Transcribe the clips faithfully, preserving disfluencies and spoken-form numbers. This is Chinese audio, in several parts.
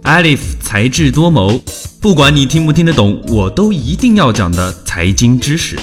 Alif 才智多谋，不管你听不听得懂，我都一定要讲的财经知识。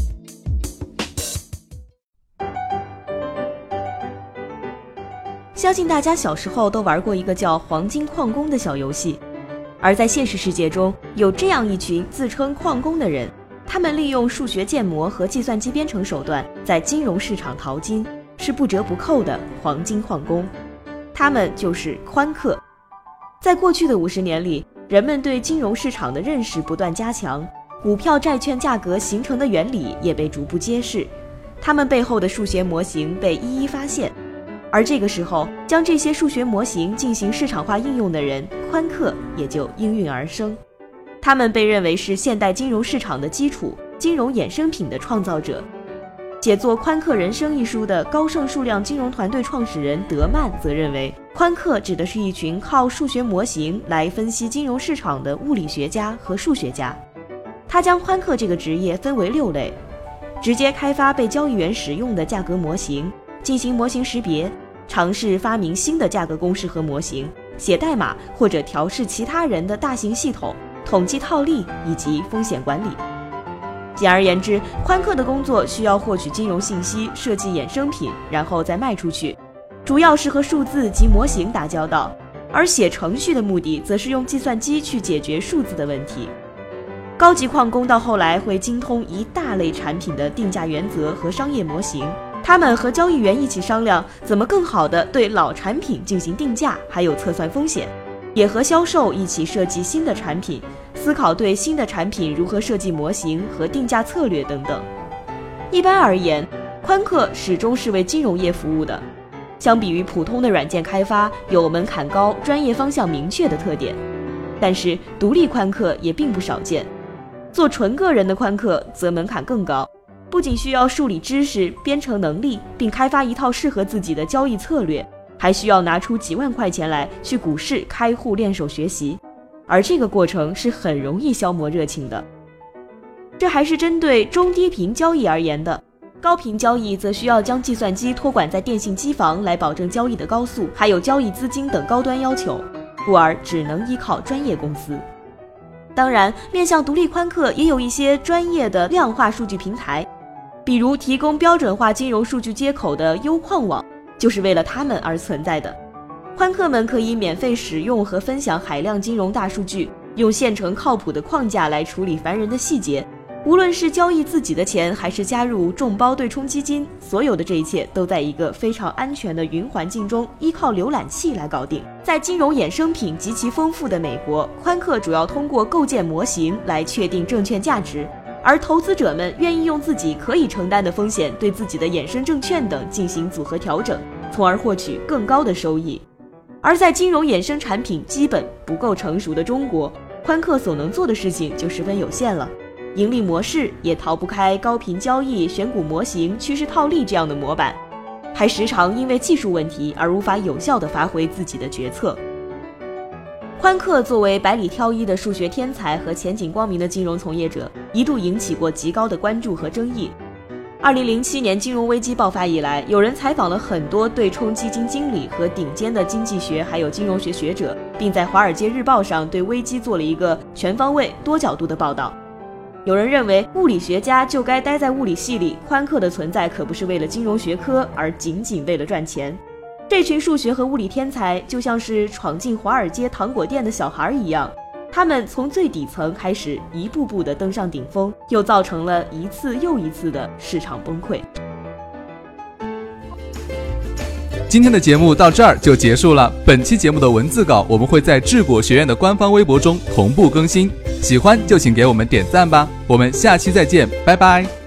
相信大家小时候都玩过一个叫黄金矿工的小游戏，而在现实世界中，有这样一群自称矿工的人，他们利用数学建模和计算机编程手段，在金融市场淘金，是不折不扣的黄金矿工。他们就是宽客。在过去的五十年里，人们对金融市场的认识不断加强，股票债券价格形成的原理也被逐步揭示，他们背后的数学模型被一一发现。而这个时候，将这些数学模型进行市场化应用的人，宽客也就应运而生。他们被认为是现代金融市场的基础，金融衍生品的创造者。写作《宽客人生》一书的高盛数量金融团队创始人德曼则认为，宽客指的是一群靠数学模型来分析金融市场的物理学家和数学家。他将宽客这个职业分为六类：直接开发被交易员使用的价格模型，进行模型识别，尝试发明新的价格公式和模型，写代码或者调试其他人的大型系统，统计套利以及风险管理。简而言之，宽客的工作需要获取金融信息，设计衍生品，然后再卖出去，主要是和数字及模型打交道，而写程序的目的则是用计算机去解决数字的问题。高级矿工到后来会精通一大类产品的定价原则和商业模型，他们和交易员一起商量怎么更好地对老产品进行定价，还有测算风险，也和销售一起设计新的产品，思考对新的产品如何设计模型和定价策略等等。一般而言，宽客始终是为金融业服务的。相比于普通的软件开发，有门槛高、专业方向明确的特点。但是独立宽客也并不少见，做纯个人的宽客则门槛更高，不仅需要数理知识、编程能力，并开发一套适合自己的交易策略，还需要拿出几万块钱来去股市开户练手学习，而这个过程是很容易消磨热情的。这还是针对中低频交易而言的，高频交易则需要将计算机托管在电信机房来保证交易的高速，还有交易资金等高端要求，故而只能依靠专业公司。当然，面向独立宽客也有一些专业的量化数据平台，比如提供标准化金融数据接口的优矿网，就是为了他们而存在的。宽客们可以免费使用和分享海量金融大数据，用现成靠谱的框架来处理烦人的细节。无论是交易自己的钱，还是加入众包对冲基金，所有的这一切都在一个非常安全的云环境中，依靠浏览器来搞定。在金融衍生品极其丰富的美国，宽客主要通过构建模型来确定证券价值，而投资者们愿意用自己可以承担的风险对自己的衍生证券等进行组合调整，从而获取更高的收益。而在金融衍生产品基本不够成熟的中国，宽客所能做的事情就十分有限了，盈利模式也逃不开高频交易、选股模型、趋势套利这样的模板，还时常因为技术问题而无法有效地发挥自己的决策。宽客作为百里挑一的数学天才和前景光明的金融从业者，一度引起过极高的关注和争议。二零零七年金融危机爆发以来，有人采访了很多对冲基金经理和顶尖的经济学还有金融学学者，并在《华尔街日报》上对危机做了一个全方位、多角度的报道。有人认为物理学家就该待在物理系里，宽客的存在可不是为了金融学科，而仅仅为了赚钱。这群数学和物理天才就像是闯进华尔街糖果店的小孩一样，他们从最底层开始，一步步地登上顶峰，又造成了一次又一次的市场崩溃。 今天的节目到这儿就结束了。本期节目的文字稿我们会在智果学院的官方微博中同步更新，喜欢就请给我们点赞吧。我们下期再见，拜拜。